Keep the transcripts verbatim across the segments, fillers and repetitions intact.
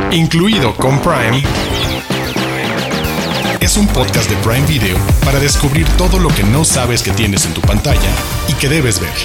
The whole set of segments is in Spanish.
Incluido con Prime, es un podcast de Prime Video para descubrir todo lo que no sabes que tienes en tu pantalla y que debes ver.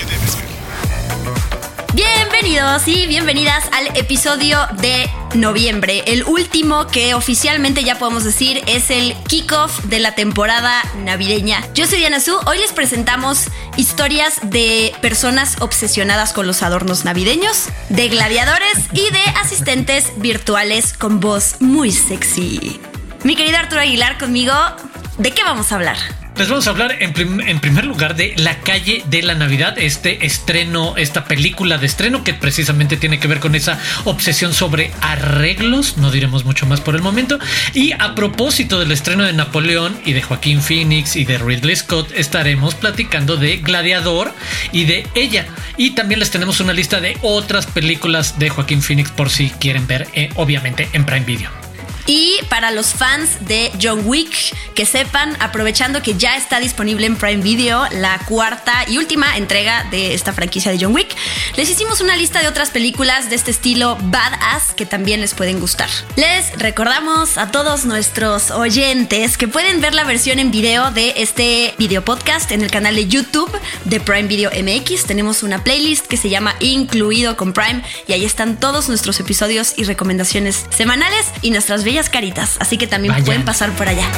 Bienvenidos y bienvenidas al episodio de noviembre, el último que oficialmente ya podemos decir es el kickoff de la temporada navideña. Yo soy Diana Su, hoy les presentamos historias de personas obsesionadas con los adornos navideños, de gladiadores y de asistentes virtuales con voz muy sexy. Mi querido Arturo Aguilar conmigo, ¿de qué vamos a hablar? Les vamos a hablar en, prim- en primer lugar de La calle de la Navidad, este estreno, esta película de estreno que precisamente tiene que ver con esa obsesión sobre arreglos, no diremos mucho más por el momento. Y a propósito del estreno de Napoleón y de Joaquín Phoenix y de Ridley Scott, estaremos platicando de Gladiador y de ella. Y también les tenemos una lista de otras películas de Joaquín Phoenix por si quieren ver, eh, obviamente en Prime Video. Y para los fans de John Wick, que sepan, aprovechando que ya está disponible en Prime Video la cuarta y última entrega de esta franquicia de John Wick, les hicimos una lista de otras películas de este estilo badass que también les pueden gustar. Les recordamos a todos nuestros oyentes que pueden ver la versión en video de este video podcast en el canal de YouTube de Prime Video M X. Tenemos una playlist que se llama Incluido con Prime y ahí están todos nuestros episodios y recomendaciones semanales y nuestras bellas caritas, así que también Vayan, pueden pasar por allá.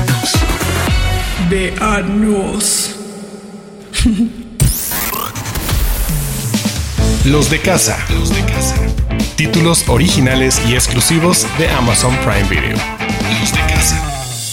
Véannos. Véannos. Los de casa. Los de casa. Títulos originales y exclusivos de Amazon Prime Video. Los de casa.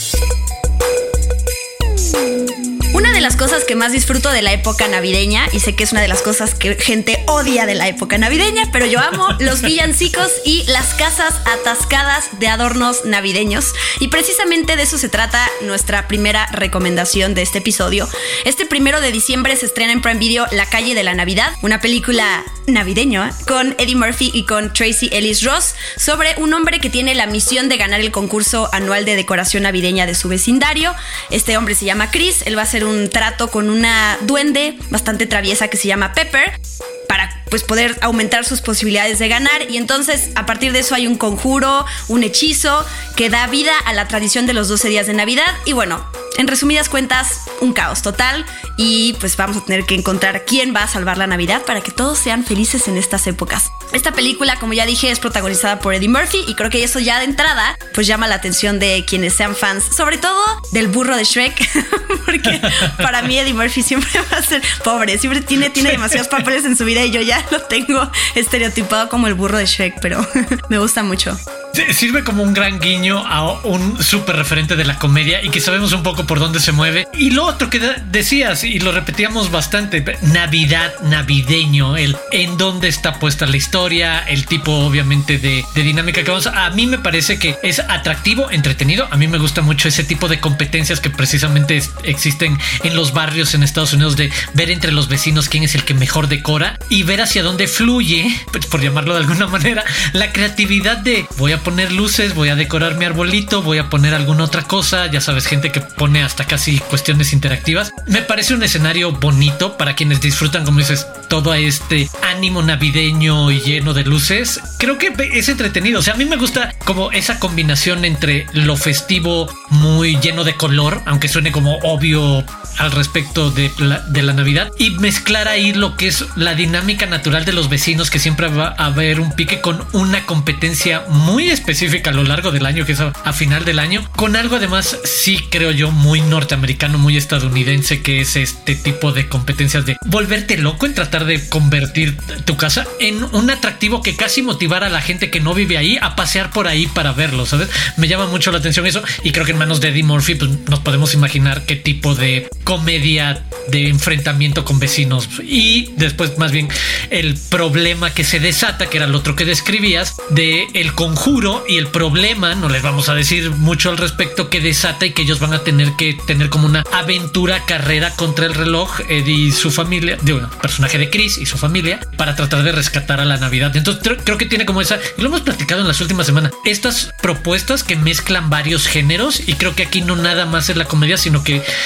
Una de las cosas que más disfruto de la época navideña, y sé que es una de las cosas que gente odia de la época navideña, pero yo amo los villancicos y las casas atascadas de adornos navideños. Y precisamente de eso se trata nuestra primera recomendación de este episodio. Este primero de diciembre se estrena en Prime Video La calle de la Navidad, una película navideña con Eddie Murphy y con Tracy Ellis Ross sobre un hombre que tiene la misión de ganar el concurso anual de decoración navideña de su vecindario. Este hombre se llama Chris, él va a hacer un trato con una duende bastante traviesa que se llama Pepper para pues poder aumentar sus posibilidades de ganar, y entonces a partir de eso hay un conjuro, un hechizo que da vida a la tradición de los doce días de Navidad y bueno, en resumidas cuentas, un caos total y pues vamos a tener que encontrar quién va a salvar la Navidad para que todos sean felices en estas épocas. Esta película, como ya dije, es protagonizada por Eddie Murphy y creo que eso ya de entrada pues llama la atención de quienes sean fans, sobre todo del burro de Shrek, porque para mí Eddie Murphy siempre va a ser pobre, siempre tiene, tiene demasiados papeles en su vida y yo ya lo tengo estereotipado como el burro de Shrek, pero me gusta mucho. Sirve como un gran guiño a un súper referente de la comedia y que sabemos un poco por dónde se mueve. Y lo otro que decías, y lo repetíamos bastante, Navidad, navideño, el en dónde está puesta la historia, el tipo obviamente de, de dinámica que vamos a... A mí me parece que es atractivo, entretenido. A mí me gusta mucho ese tipo de competencias que precisamente es, existen en los barrios en Estados Unidos, de ver entre los vecinos quién es el que mejor decora y ver hacia dónde fluye, pues, por llamarlo de alguna manera, la creatividad de voy a poner luces, voy a decorar mi arbolito, voy a poner alguna otra cosa, ya sabes, gente que pone hasta casi cuestiones interactivas. Me parece un escenario bonito para quienes disfrutan, como dices, todo este ánimo navideño y lleno de luces. Creo que es entretenido, o sea, a mí me gusta como esa combinación entre lo festivo muy lleno de color, aunque suene como obvio al respecto de la, de la Navidad, y mezclar ahí lo que es la dinámica natural de los vecinos, que siempre va a haber un pique con una competencia muy específica a lo largo del año, que es a, a final del año, con algo además sí creo yo muy norteamericano, muy estadounidense, que es este tipo de competencias de volverte loco en tratar de convertir tu casa en un atractivo que casi motivara a la gente que no vive ahí a pasear por ahí para verlo, ¿sabes? Me llama mucho la atención eso, y creo que en manos de Eddie Murphy pues nos podemos imaginar qué tipo de comedia de enfrentamiento con vecinos, y después más bien el problema que se desata, que era lo otro que describías, de el conjuro y el problema, no les vamos a decir mucho al respecto, que desata y que ellos van a tener que tener como una aventura, carrera contra el reloj, Eddie y su familia, de un personaje de Chris y su familia, para tratar de rescatar a la Navidad. Entonces creo, creo que tiene como esa, y lo hemos platicado en las últimas semanas, estas propuestas que mezclan varios géneros, y creo que aquí no nada más es la comedia, sino que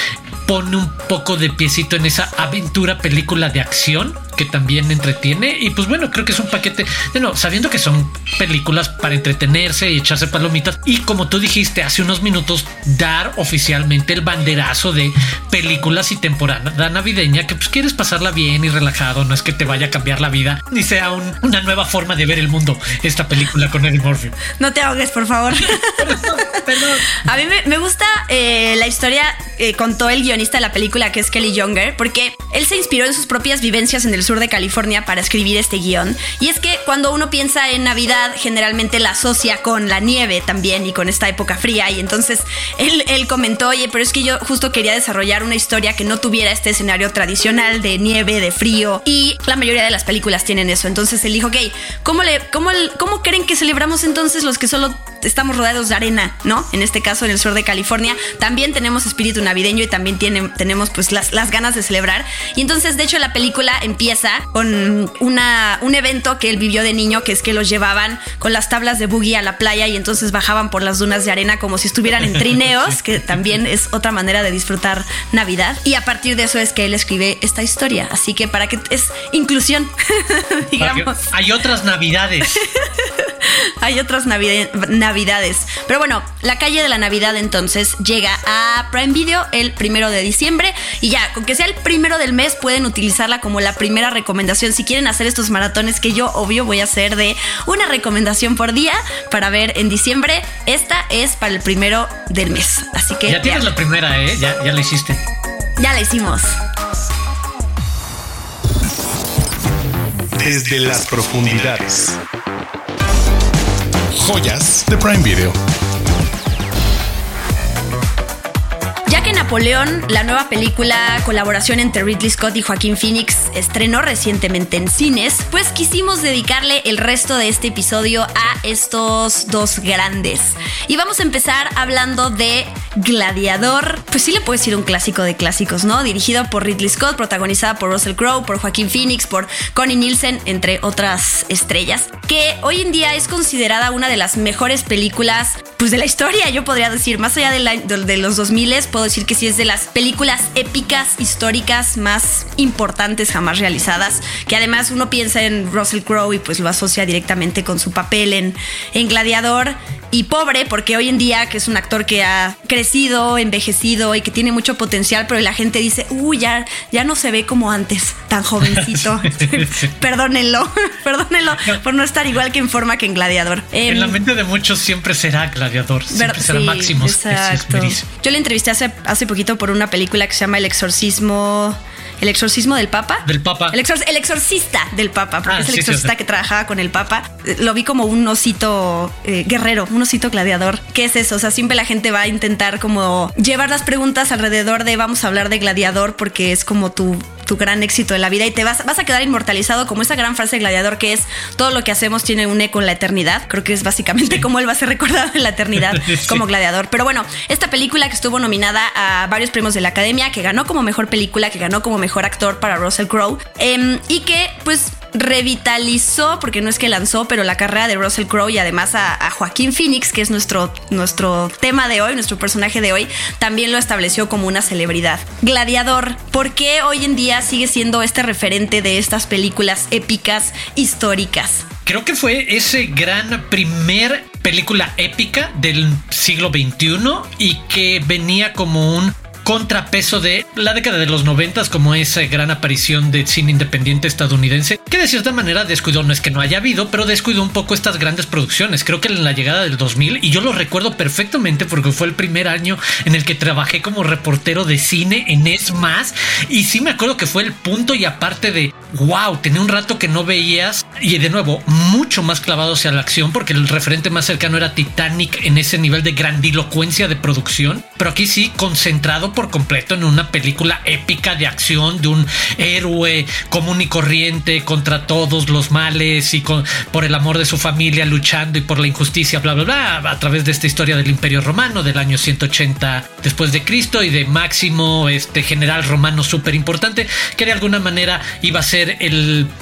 pone un poco de piecito en esa aventura película de acción que también entretiene. Y pues bueno, creo que es un paquete, bueno, sabiendo que son películas para entretenerse y echarse palomitas, y como tú dijiste hace unos minutos, dar oficialmente el banderazo de películas y temporada navideña, que pues quieres pasarla bien y relajado, no es que te vaya a cambiar la vida ni sea un, una nueva forma de ver el mundo esta película con Eddie Murphy. No te ahogues, por favor. Perdón, perdón. A mí me, me gusta eh, la historia que contó el guionista de la película, que es Kelly Younger, porque él se inspiró en sus propias vivencias en el sur de California para escribir este guión. Y es que cuando uno piensa en Navidad, generalmente la asocia con la nieve también y con esta época fría. Y entonces él, él comentó, oye, pero es que yo justo quería desarrollar una historia que no tuviera este escenario tradicional de nieve, de frío. Y la mayoría de las películas tienen eso. Entonces él dijo, ok, ¿cómo, le, cómo, ¿cómo creen que celebramos entonces los que solo estamos rodeados de arena, ¿no? En este caso, en el sur de California, también tenemos espíritu navideño y también tiene, tenemos pues las, las ganas de celebrar. Y entonces, de hecho, la película empieza con una, un evento que él vivió de niño, que es que los llevaban con las tablas de buggy a la playa y entonces bajaban por las dunas de arena como si estuvieran en trineos, que también es otra manera de disfrutar Navidad. Y a partir de eso es que él escribe esta historia. Así que para que es inclusión, digamos. Hay otras Navidades. Hay otras navidad, navidades. Pero bueno, La calle de la Navidad entonces llega a Prime Video el primero de diciembre. Y ya, con que sea el primero del mes, pueden utilizarla como la primera recomendación. Si quieren hacer estos maratones, que yo obvio voy a hacer de una recomendación por día para ver en diciembre, esta es para el primero del mes. Así que ya tienes ya. La primera, ¿eh? Ya, ya la hiciste. Ya la hicimos. Desde las profundidades. Joyas de Prime Video. Ya que Napoleón, la nueva película, colaboración entre Ridley Scott y Joaquín Phoenix, estrenó recientemente en cines, pues quisimos dedicarle el resto de este episodio a estos dos grandes. Y vamos a empezar hablando de Gladiador. Pues sí le puedo decir un clásico de clásicos, ¿no? Dirigido por Ridley Scott, protagonizada por Russell Crowe, por Joaquín Phoenix, por Connie Nielsen, entre otras estrellas, que hoy en día es considerada una de las mejores películas pues de la historia, yo podría decir, más allá de, la, de, de los dos mil, puedo decir que sí es de las películas épicas, históricas más importantes jamás realizadas, que además uno piensa en Russell Crowe y pues lo asocia directamente con su papel en, en Gladiador. Y pobre, porque hoy en día, que es un actor que ha crecido, envejecido y que tiene mucho potencial, pero la gente dice, uy, ya, ya no se ve como antes, tan jovencito. Perdónenlo, perdónenlo por no estar igual que en forma que en Gladiador. En um, la mente de muchos siempre será Gladiador, siempre ver, será sí, Máximo. Exacto. Yo le entrevisté hace, hace poquito por una película que se llama El Exorcismo... ¿El exorcismo del Papa? Del Papa. El, exor- el exorcista del Papa, porque ah, es el sí, exorcista sí, sí. que trabajaba con el Papa. Lo vi como un osito eh, guerrero, un osito gladiador. ¿Qué es eso? O sea, siempre la gente va a intentar como llevar las preguntas alrededor de vamos a hablar de Gladiador porque es como tu, tu gran éxito en la vida y te vas, vas a quedar inmortalizado como esa gran frase de Gladiador que es todo lo que hacemos tiene un eco en la eternidad. Creo que es básicamente como él va a ser recordado en la eternidad sí. como Gladiador. Pero bueno, esta película que estuvo nominada a varios premios de la Academia, que ganó como mejor película, que ganó como mejor actor para Russell Crowe, eh, y que pues revitalizó, porque no es que lanzó, pero la carrera de Russell Crowe y además a, a Joaquín Phoenix, que es nuestro, nuestro tema de hoy, nuestro personaje de hoy, también lo estableció como una celebridad. Gladiador, ¿por qué hoy en día sigue siendo este referente de estas películas épicas, históricas? Creo que fue ese gran primer película épica del siglo veintiuno y que venía como un contrapeso de la década de los noventas, como esa gran aparición de cine independiente estadounidense que de cierta manera descuidó, no es que no haya habido, pero descuidó un poco estas grandes producciones. Creo que en la llegada del dos mil, y yo lo recuerdo perfectamente porque fue el primer año en el que trabajé como reportero de cine en Es Más, y sí me acuerdo que fue el punto y aparte de wow, tenía un rato que no veías, y de nuevo mucho más clavado hacia la acción porque el referente más cercano era Titanic en ese nivel de grandilocuencia de producción, pero aquí sí concentrado por completo en una película épica de acción de un héroe común y corriente contra todos los males y con, por el amor de su familia luchando y por la injusticia, bla bla bla, a través de esta historia del Imperio Romano del año ciento ochenta después de Cristo y de Máximo, este general romano súper importante que de alguna manera iba a ser el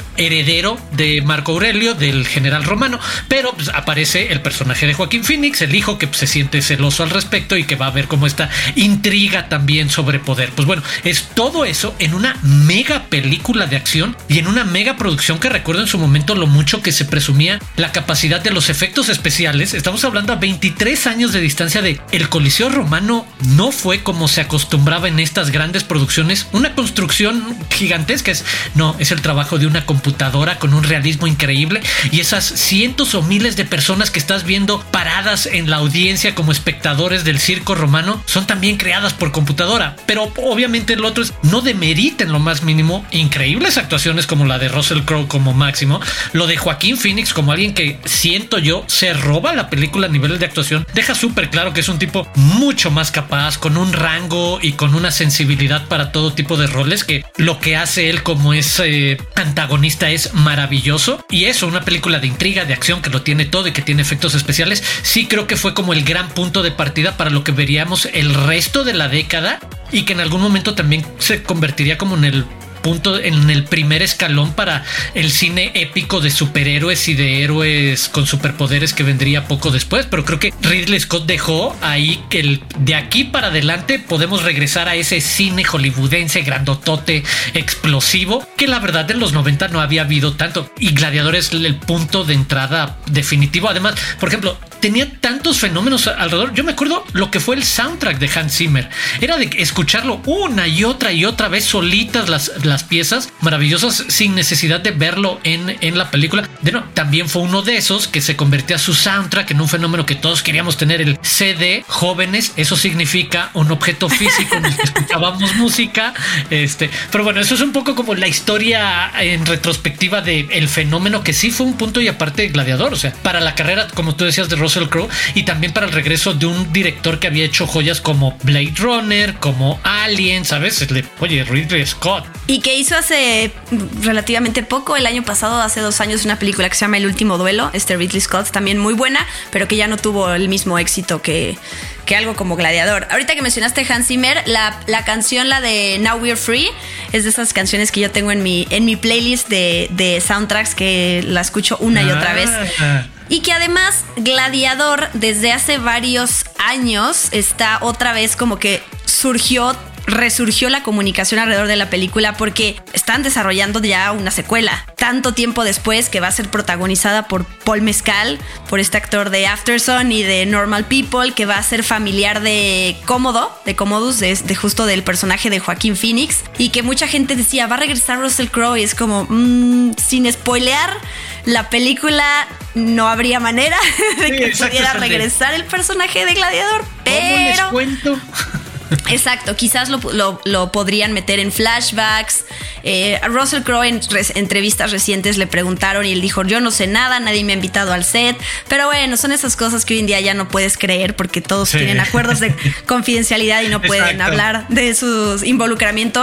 heredero de Marco Aurelio, del general romano, pero pues, aparece el personaje de Joaquín Phoenix, el hijo que pues, se siente celoso al respecto y que va a ver como esta intriga también sobre poder. Pues bueno, es todo eso en una mega película de acción y en una mega producción que recuerdo en su momento lo mucho que se presumía la capacidad de los efectos especiales. Estamos hablando a veintitrés años de distancia de el Coliseo Romano. No fue como se acostumbraba en estas grandes producciones, una construcción gigantesca. Es, no, es el trabajo de una computadora con un realismo increíble y esas cientos o miles de personas que estás viendo paradas en la audiencia como espectadores del circo romano son también creadas por computadora. Pero obviamente lo otro es, no demeriten lo más mínimo increíbles actuaciones como la de Russell Crowe como Máximo, lo de Joaquín Phoenix como alguien que siento yo se roba la película a niveles de actuación, deja súper claro que es un tipo mucho más capaz, con un rango y con una sensibilidad para todo tipo de roles, que lo que hace él como ese antagonista es maravilloso. Y eso, una película de intriga, de acción que lo tiene todo y que tiene efectos especiales, sí creo que fue como el gran punto de partida para lo que veríamos el resto de la década y que en algún momento también se convertiría como en el punto, en el primer escalón para el cine épico de superhéroes y de héroes con superpoderes que vendría poco después. Pero creo que Ridley Scott dejó ahí que el, de aquí para adelante podemos regresar a ese cine hollywoodense grandotote, explosivo, que la verdad en los noventa no había habido tanto, y Gladiador es el punto de entrada definitivo. Además, por ejemplo, tenía tantos fenómenos alrededor. Yo me acuerdo lo que fue el soundtrack de Hans Zimmer, era de escucharlo una y otra y otra vez solitas las las piezas maravillosas sin necesidad de verlo en, en la película. De no, también fue uno de esos que se convertía su soundtrack en un fenómeno que todos queríamos tener, el C D. Jóvenes, eso significa un objeto físico en el que escuchábamos música. Este, pero bueno, eso es un poco como la historia en retrospectiva de el fenómeno que sí fue un punto y aparte de Gladiador. O sea, para la carrera, como tú decías, de Russell Crowe, y también para el regreso de un director que había hecho joyas como Blade Runner, como Alien, ¿sabes? Oye, Ridley Scott. Y que hizo hace relativamente poco, el año pasado, hace dos años, una película que se llama El Último Duelo, este Ridley Scott, también muy buena, pero que ya no tuvo el mismo éxito que, que algo como Gladiador. Ahorita que mencionaste Hans Zimmer, la, la canción, la de Now We're Free, es de esas canciones que yo tengo en mi, en mi playlist de, de soundtracks, que la escucho una y otra vez. Y que además Gladiador desde hace varios años está otra vez como que surgió, resurgió la comunicación alrededor de la película, porque están desarrollando ya una secuela tanto tiempo después, que va a ser protagonizada por Paul Mescal, por este actor de Aftersun y de Normal People, que va a ser familiar de Cómodo, de Commodus, de, de justo del personaje de Joaquín Phoenix, y que mucha gente decía, va a regresar Russell Crowe, y es como, mmm, sin spoilear la película, no habría manera de sí, que exacto, pudiera regresar el personaje de Gladiador, pero... ¿Cómo les cuento? Exacto, quizás lo, lo, lo podrían meter en flashbacks. eh, a Russell Crowe en res, entrevistas recientes le preguntaron y él dijo, yo no sé nada, nadie me ha invitado al set. Pero bueno, son esas cosas que hoy en día ya no puedes creer, porque todos sí. tienen acuerdos de confidencialidad y no pueden Exacto. hablar de su involucramiento.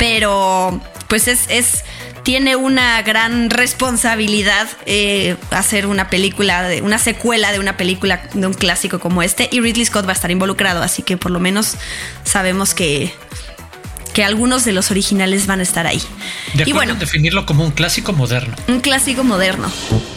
Pero pues es... es tiene una gran responsabilidad eh, hacer una película, de, una secuela de una película, de un clásico como este, y Ridley Scott va a estar involucrado, así que por lo menos sabemos que, que algunos de los originales van a estar ahí. De acuerdo, y bueno, definirlo como un clásico moderno. Un clásico moderno.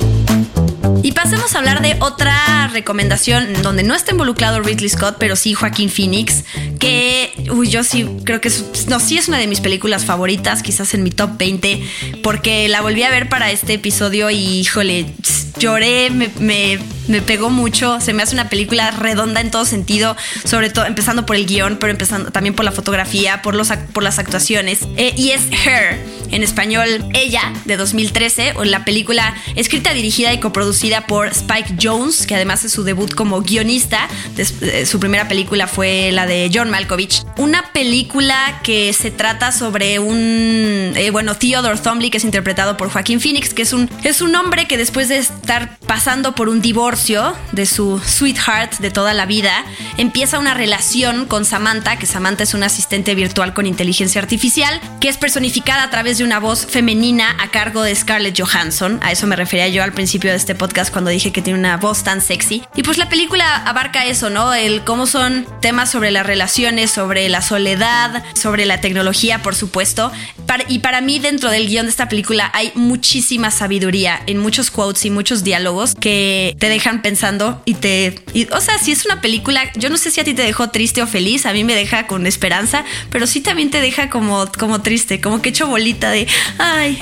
Y pasemos a hablar de otra recomendación donde no está involucrado Ridley Scott, pero sí Joaquín Phoenix, que uy, yo sí creo que es, no, sí es una de mis películas favoritas, quizás en mi top veinte, porque la volví a ver para este episodio y híjole, lloré, me, me, me pegó mucho. Se me hace una película redonda en todo sentido, sobre todo empezando por el guión, pero empezando también por la fotografía, por, los, por las actuaciones. Eh, y es Her, en español Ella, de dos mil trece, la película escrita, dirigida y coproducida por Spike Jonze, que además es su debut como guionista. Su primera película fue la de John Malkovich. Una película que se trata sobre un... Eh, bueno, Theodore Thomley, que es interpretado por Joaquín Phoenix, que es un, es un hombre que después de estar pasando por un divorcio de su sweetheart de toda la vida, empieza una relación con Samantha, que Samantha es una asistente virtual con inteligencia artificial, que es personificada a través través de una voz femenina a cargo de Scarlett Johansson. A eso me refería yo al principio de este podcast cuando dije que tiene una voz tan sexy. Y pues la película abarca eso, ¿no? El cómo son temas sobre las relaciones, sobre la soledad, sobre la tecnología, por supuesto. Para, y para mí, dentro del guión de esta película hay muchísima sabiduría en muchos quotes y muchos diálogos que te dejan pensando y te... Y, o sea, si es una película, yo no sé si a ti te dejó triste o feliz, a mí me deja con esperanza, pero sí también te deja como, como triste, como que hecho bolita de... ¡Ay!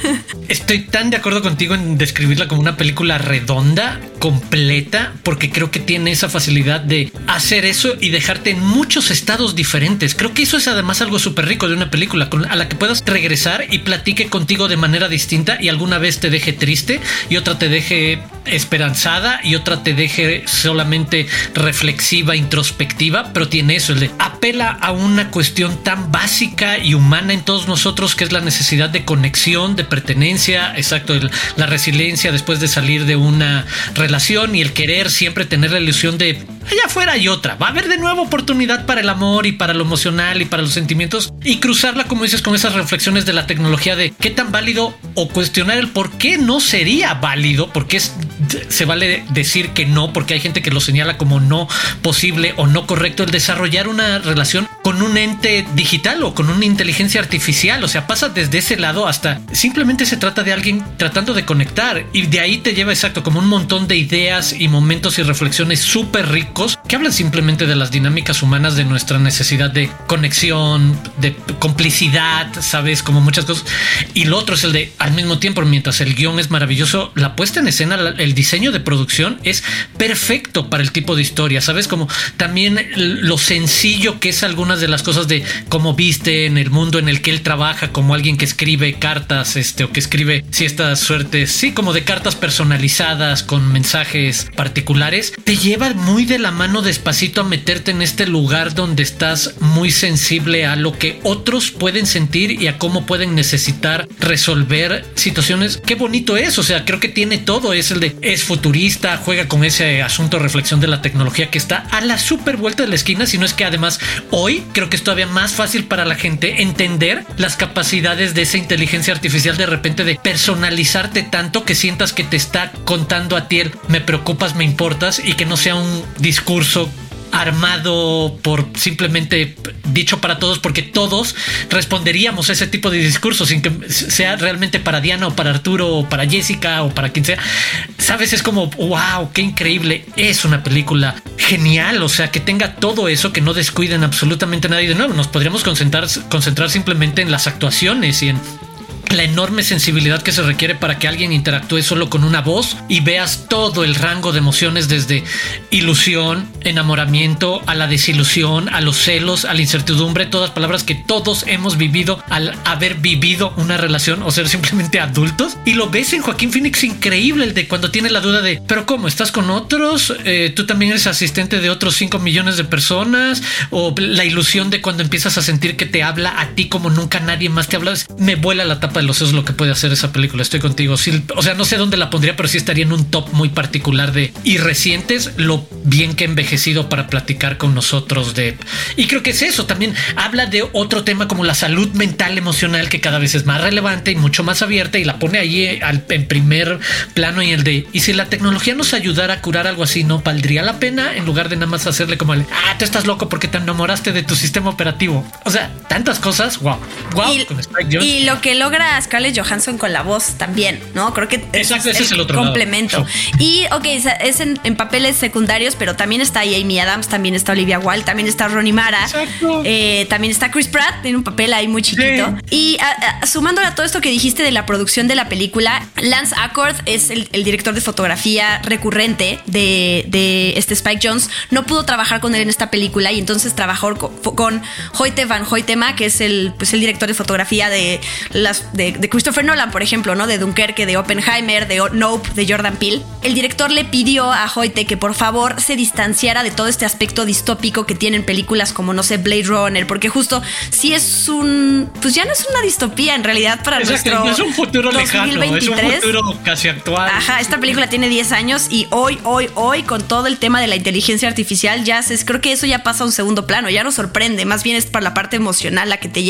Estoy tan de acuerdo contigo en describirla como una película redonda, completa, porque creo que tiene esa facilidad de hacer eso y dejarte en muchos estados diferentes. Creo que eso es además algo súper rico de una película a la que puedas regresar y platique contigo de manera distinta y alguna vez te deje triste y otra te deje esperanzada y otra te deje solamente reflexiva, introspectiva, pero tiene eso, el de apela a una cuestión tan básica y humana en todos nosotros que es la necesidad de conexión, de pertenencia, exacto, el, la resiliencia después de salir de una relación y el querer siempre tener la ilusión de allá afuera hay otra, va a haber de nuevo oportunidad para el amor y para lo emocional y para los sentimientos y cruzarla, como dices, con esas reflexiones de la tecnología de qué tan válido o cuestionar el por qué no sería válido, porque es, se vale decir que no, porque hay gente que lo señala como no posible o no correcto el desarrollar una relación con un ente digital o con una inteligencia artificial, o sea, pasa desde ese lado hasta simplemente se trata de alguien tratando de conectar y de ahí te lleva exacto como un montón de ideas y momentos y reflexiones súper ricos que hablan simplemente de las dinámicas humanas, de nuestra necesidad de conexión, de complicidad, sabes, como muchas cosas. Y lo otro es el de, al mismo tiempo, mientras el guión es maravilloso, la puesta en escena, el diseño de producción es perfecto para el tipo de historia, sabes, como también lo sencillo que es algunas de las cosas de cómo viste en el mundo en el que él trabaja como alguien que escribe cartas, este, o que escribe si estas suertes, sí, como de cartas personalizadas con mensajes particulares, te lleva muy de la mano despacito a meterte en este lugar donde estás muy sensible a lo que otros pueden sentir y a cómo pueden necesitar resolver situaciones. Qué bonito es, o sea, creo que tiene todo, es el de, es futurista, juega con ese asunto de reflexión de la tecnología que está a la súper vuelta de la esquina, si no es que además hoy creo que es todavía más fácil para la gente entender las capacidades de esa inteligencia artificial de repente de personalizarte tanto que sientas que te está contando a ti el me preocupas, me importas y que no sea un discurso armado por simplemente dicho para todos, porque todos responderíamos a ese tipo de discursos sin que sea realmente para Diana o para Arturo o para Jessica o para quien sea. Sabes, es como wow, qué increíble, es una película genial, o sea, que tenga todo eso, que no descuiden absolutamente nada y de nuevo nos podríamos concentrar, concentrar simplemente en las actuaciones y en la enorme sensibilidad que se requiere para que alguien interactúe solo con una voz y veas todo el rango de emociones desde ilusión, enamoramiento, a la desilusión, a los celos, a la incertidumbre, todas palabras que todos hemos vivido al haber vivido una relación o ser simplemente adultos. Y lo ves en Joaquín Phoenix increíble, el de cuando tiene la duda de pero ¿cómo? ¿Estás con otros? Eh, ¿Tú también eres asistente de otros cinco millones de personas? O la ilusión de cuando empiezas a sentir que te habla a ti como nunca nadie más te habla. Me vuela la tapa de los sesos lo que puede hacer esa película. Estoy contigo. Sí, o sea, no sé dónde la pondría, pero sí estaría en un top muy particular de y recientes, lo bien que ha envejecido para platicar con nosotros de. Y creo que es eso. También habla de otro tema como la salud mental, emocional, que cada vez es más relevante y mucho más abierta y la pone ahí al, en primer plano y el de y si la tecnología nos ayudara a curar algo así, ¿no valdría la pena en lugar de nada más hacerle como el ah, tú estás loco porque te enamoraste de tu sistema operativo? O sea, tantas cosas. Wow, wow. Y, con Spike Jonze. Y lo que logra Scarlett Johansson con la voz también, ¿no? Creo que exacto, es, ese es el otro complemento. Lado. Y ok, es en, en papeles secundarios, pero también está Amy Adams, también está Olivia Wilde, también está Rooney Mara, eh, también está Chris Pratt, tiene un papel ahí muy chiquito. Sí. Y a, a, sumándole a todo esto que dijiste de la producción de la película, Lance Ackord es el, el director de fotografía recurrente de, de este Spike Jonze. No pudo trabajar con él en esta película y entonces trabajó con, con Hoyte van Hoytema, que es el, pues, el director de fotografía de las de, de Christopher Nolan, por ejemplo, ¿no? De Dunkerque, de Oppenheimer, de Nope, de Jordan Peele. El director le pidió a Hoyte que por favor se distanciara de todo este aspecto distópico que tienen películas como, no sé, Blade Runner, porque justo si es un... pues ya no es una distopía en realidad para exacto, nuestro es un futuro dos mil veintitrés. Lejano, es un futuro casi actual. Ajá, esta película tiene diez años y hoy, hoy, hoy con todo el tema de la inteligencia artificial ya se, creo que eso ya pasa a un segundo plano, ya no sorprende, más bien es para la parte emocional la que te llega.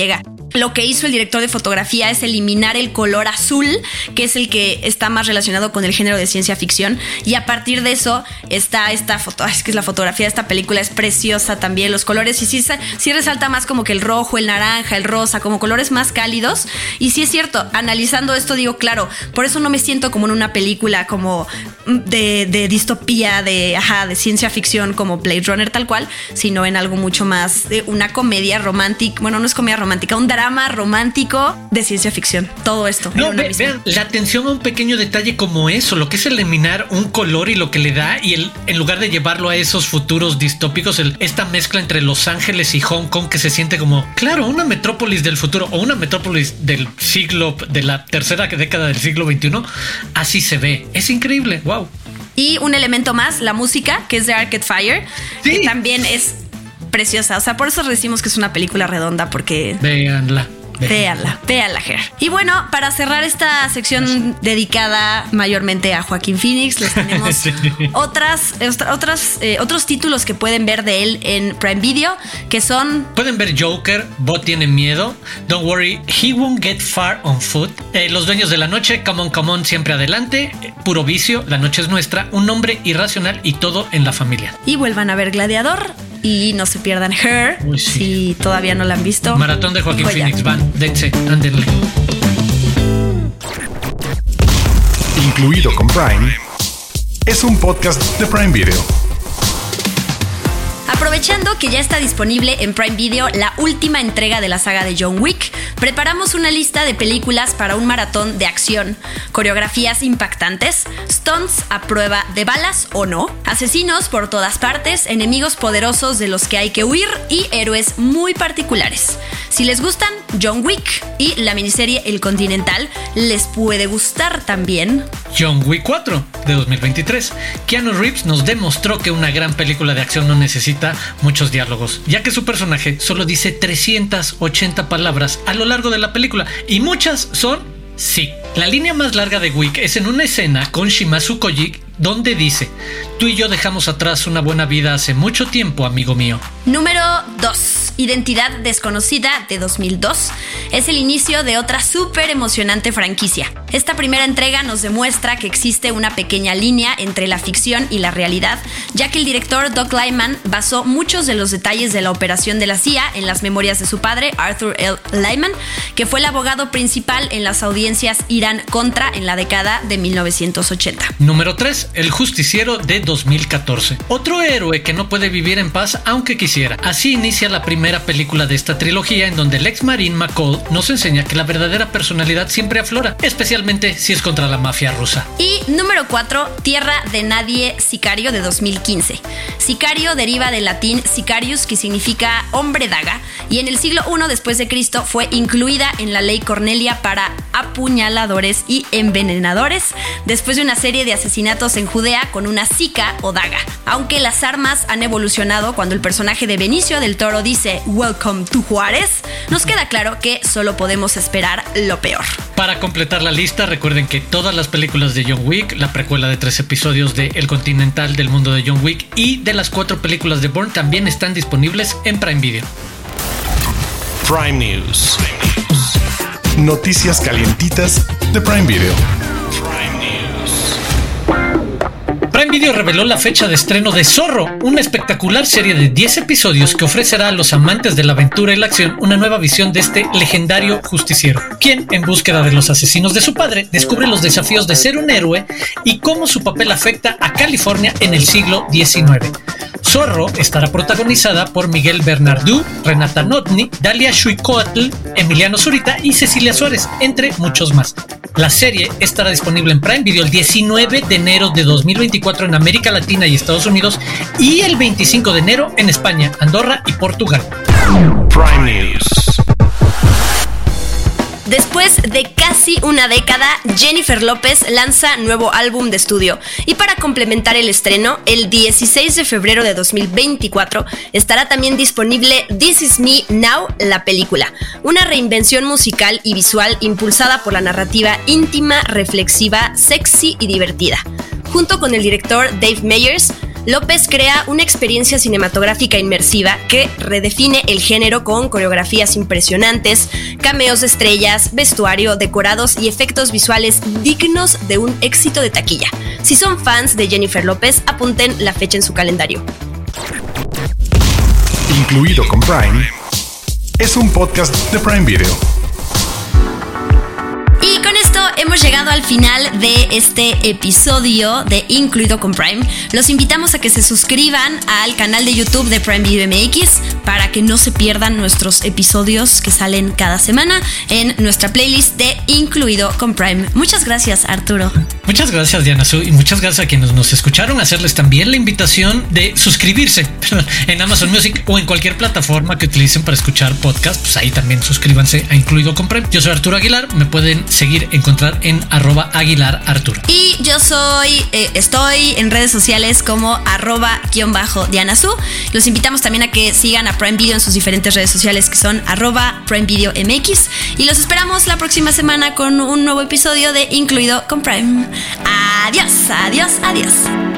lo que hizo el director de fotografía es eliminar el color azul, que es el que está más relacionado con el género de ciencia ficción, y a partir de eso está esta foto, es que la fotografía de esta película es preciosa también, los colores, y sí, sí resalta más como que el rojo, el naranja, el rosa, como colores más cálidos. Y sí es cierto, analizando esto digo, claro, por eso no me siento como en una película como de, de distopía, de, ajá, de ciencia ficción como Blade Runner tal cual, sino en algo mucho más de una comedia romántica, bueno, no es comedia romántica, un drama romántico de ciencia ficción. Todo esto. No, ve, vean, la atención a un pequeño detalle como eso, lo que es eliminar un color y lo que le da, y el, en lugar de llevarlo a esos futuros distópicos, el, esta mezcla entre Los Ángeles y Hong Kong que se siente como, claro, una metrópolis del futuro o una metrópolis del siglo, de la tercera década del siglo veintiuno, así se ve. Es increíble, wow. Y un elemento más, la música, que es de Arcade Fire, sí, que también es preciosa. O sea, por eso decimos que es una película redonda, porque... Véanla. Véanla, véanla, Ger. Y bueno, para cerrar esta sección dedicada mayormente a Joaquín Phoenix, les tenemos sí. otras, otras, eh, otros títulos que pueden ver de él en Prime Video, que son... Pueden ver Joker, Bo tiene miedo, Don't Worry, He Won't Get Far on Foot, eh, Los Dueños de la Noche, Come On, Come On, Siempre Adelante, eh, Puro Vicio, La Noche es Nuestra, Un Hombre Irracional y Todo en la Familia. Y vuelvan a ver Gladiador. Y no se pierdan Her. Uy, sí. Si todavía no la han visto. Maratón de Joaquín Joya. Phoenix. Van, dense, ándenle. Incluido con Prime, es un podcast de Prime Video. Aprovechando que ya está disponible en Prime Video la última entrega de la saga de John Wick, preparamos una lista de películas para un maratón de acción, coreografías impactantes, stunts a prueba de balas o no, asesinos por todas partes, enemigos poderosos de los que hay que huir y héroes muy particulares. Si les gustan John Wick y la miniserie El Continental, les puede gustar también John Wick cuatro de dos mil veintitrés. Keanu Reeves nos demostró que una gran película de acción no necesita muchos diálogos, ya que su personaje solo dice trescientas ochenta palabras a lo largo de la película, y muchas son sí. La línea más larga de Wick es en una escena con Shimazu Koji, donde dice: tú y yo dejamos atrás una buena vida hace mucho tiempo, amigo mío. Número dos. Identidad Desconocida de dos mil dos es el inicio de otra súper emocionante franquicia. Esta primera entrega nos demuestra que existe una pequeña línea entre la ficción y la realidad, ya que el director Doug Liman basó muchos de los detalles de la operación de la C I A en las memorias de su padre, Arthur L. Liman, que fue el abogado principal en las audiencias Irán-Contra en la década de mil novecientos ochenta. Número tres. El Justiciero de dos mil catorce. Otro héroe que no puede vivir en paz aunque quisiera. Así inicia la primera película de esta trilogía, en donde el ex marín McCall nos enseña que la verdadera personalidad siempre aflora, especialmente si es contra la mafia rusa. Y número cuatro. Tierra de Nadie, Sicario de dos mil quince. Sicario deriva del latín sicarius, que significa hombre daga, y en el siglo primero después de Cristo fue incluida en la ley Cornelia para apuñaladores y envenenadores, después de una serie de asesinatos en Judea con una sica o daga. Aunque las armas han evolucionado, cuando el personaje de Benicio del Toro dice Welcome to Juárez, nos queda claro que solo podemos esperar lo peor. Para completar la lista, recuerden que todas las películas de John Wick, la precuela de tres episodios de El Continental del mundo de John Wick y de las cuatro películas de Bourne también están disponibles en Prime Video. Prime News. Noticias calientitas de Prime Video. Prime Video reveló la fecha de estreno de Zorro, una espectacular serie de diez episodios que ofrecerá a los amantes de la aventura y la acción una nueva visión de este legendario justiciero, quien, en búsqueda de los asesinos de su padre, descubre los desafíos de ser un héroe y cómo su papel afecta a California en el siglo diecinueve. Zorro estará protagonizada por Miguel Bernardú, Renata Notni, Dalia Xuicoatl, Emiliano Zurita y Cecilia Suárez, entre muchos más. La serie estará disponible en Prime Video el diecinueve de enero de dos mil veinticuatro en América Latina y Estados Unidos, y el veinticinco de enero en España, Andorra y Portugal. Prime News. Después de casi una década, Jennifer López lanza nuevo álbum de estudio, y para complementar el estreno, el dieciséis de febrero de dos mil veinticuatro estará también disponible This Is Me Now, la película, una reinvención musical y visual impulsada por la narrativa íntima, reflexiva, sexy y divertida. Junto con el director Dave Meyers, López crea una experiencia cinematográfica inmersiva que redefine el género con coreografías impresionantes, cameos de estrellas, vestuario, decorados y efectos visuales dignos de un éxito de taquilla. Si son fans de Jennifer López, apunten la fecha en su calendario. Incluido con Prime, es un podcast de Prime Video. Y con esto hemos llegado al final de este episodio de Incluido con Prime. Los invitamos a que se suscriban al canal de YouTube de Prime Video M X para que no se pierdan nuestros episodios que salen cada semana en nuestra playlist de Incluido con Prime. Muchas gracias, Arturo. Muchas gracias, Diana Su, y muchas gracias a quienes nos escucharon. Hacerles también la invitación de suscribirse en Amazon Music o en cualquier plataforma que utilicen para escuchar podcast. Pues ahí también suscríbanse a Incluido con Prime. Yo soy Arturo Aguilar, me pueden seguir, encontrar en arroba Aguilar Arturo. Y yo soy, eh, estoy en redes sociales como arroba guión bajo Diana Su. Los invitamos también a que sigan a Prime Video en sus diferentes redes sociales que son arroba Prime Video M X. Y los esperamos la próxima semana con un nuevo episodio de Incluido con Prime. Adiós, adiós, adiós.